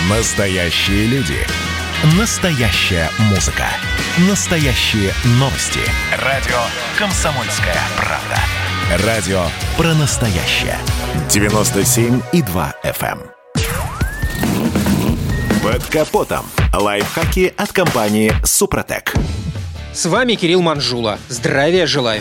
Настоящие люди. Настоящая музыка. Настоящие новости. Радио «Комсомольская правда». Радио про настоящее. 97,2 FM. Под капотом. Лайфхаки от компании «Супротек». С вами Кирилл Манжула. Здравия желаю.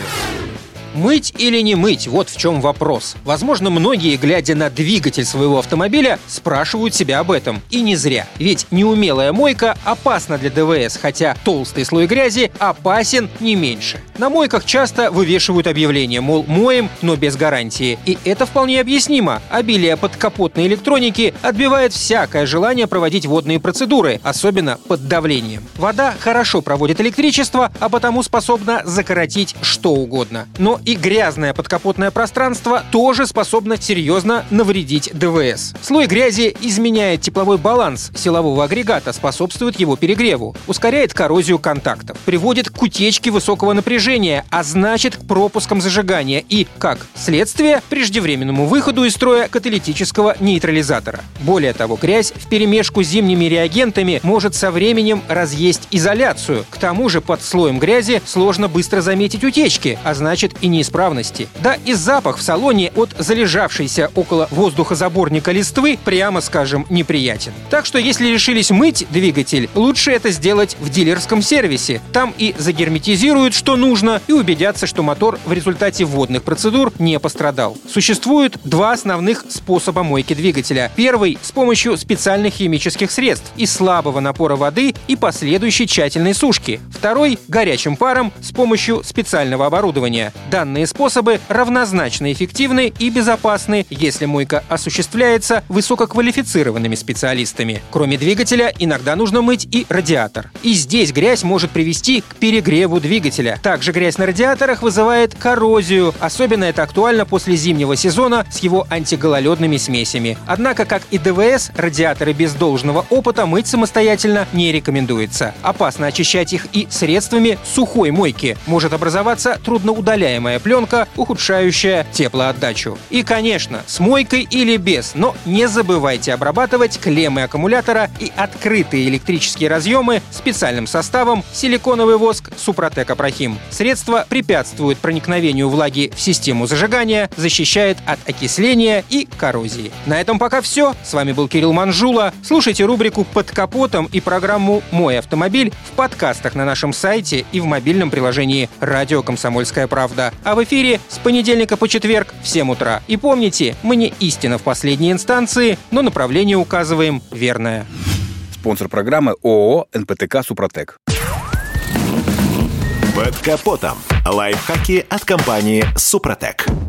Мыть или не мыть? Вот в чем вопрос. Возможно, многие, глядя на двигатель своего автомобиля, спрашивают себя об этом. И не зря. Ведь неумелая мойка опасна для ДВС, хотя толстый слой грязи опасен не меньше. На мойках часто вывешивают объявления, мол, моем, но без гарантии. И это вполне объяснимо. Обилие подкапотной электроники отбивает всякое желание проводить водные процедуры, особенно под давлением. Вода хорошо проводит электричество, а потому способна закоротить что угодно. Но и грязное подкапотное пространство тоже способно серьезно навредить ДВС. Слой грязи изменяет тепловой баланс силового агрегата, способствует его перегреву, ускоряет коррозию контактов, приводит к утечке высокого напряжения, а значит к пропускам зажигания и, как следствие, преждевременному выходу из строя каталитического нейтрализатора. Более того, грязь вперемешку с зимними реагентами может со временем разъесть изоляцию. К тому же под слоем грязи сложно быстро заметить утечки, а значит и неисправности. Да и запах в салоне от залежавшейся около воздухозаборника листвы, прямо скажем, неприятен. Так что если решились мыть двигатель, лучше это сделать в дилерском сервисе. Там и загерметизируют, что нужно, и убедятся, что мотор в результате водных процедур не пострадал. Существует два основных способа мойки двигателя. Первый – с помощью специальных химических средств и слабого напора воды и последующей тщательной сушки. Второй – горячим паром с помощью специального оборудования. Данные способы равнозначно эффективны и безопасны, если мойка осуществляется высококвалифицированными специалистами. Кроме двигателя, иногда нужно мыть и радиатор. И здесь грязь может привести к перегреву двигателя. Также грязь на радиаторах вызывает коррозию. Особенно это актуально после зимнего сезона с его антигололедными смесями. Однако, как и ДВС, радиаторы без должного опыта мыть самостоятельно не рекомендуется. Опасно очищать их и средствами сухой мойки. Может образоваться трудноудаляемая пленка, ухудшающая теплоотдачу. И, конечно, с мойкой или без, но не забывайте обрабатывать клеммы аккумулятора и открытые электрические разъемы специальным составом силиконовый воск Супротек Апрахим. Средство препятствует проникновению влаги в систему зажигания, защищает от окисления и коррозии. На этом пока все. С вами был Кирилл Манжула. Слушайте рубрику «Под капотом» и программу «Мой автомобиль» в подкастах на нашем сайте и в мобильном приложении «Радио Комсомольская правда». А в эфире с понедельника по четверг в 7 утра. И помните, мы не истина в последней инстанции, но направление указываем верное. Спонсор программы ООО «НПТК Супротек». Под капотом. Лайфхаки от компании «Супротек».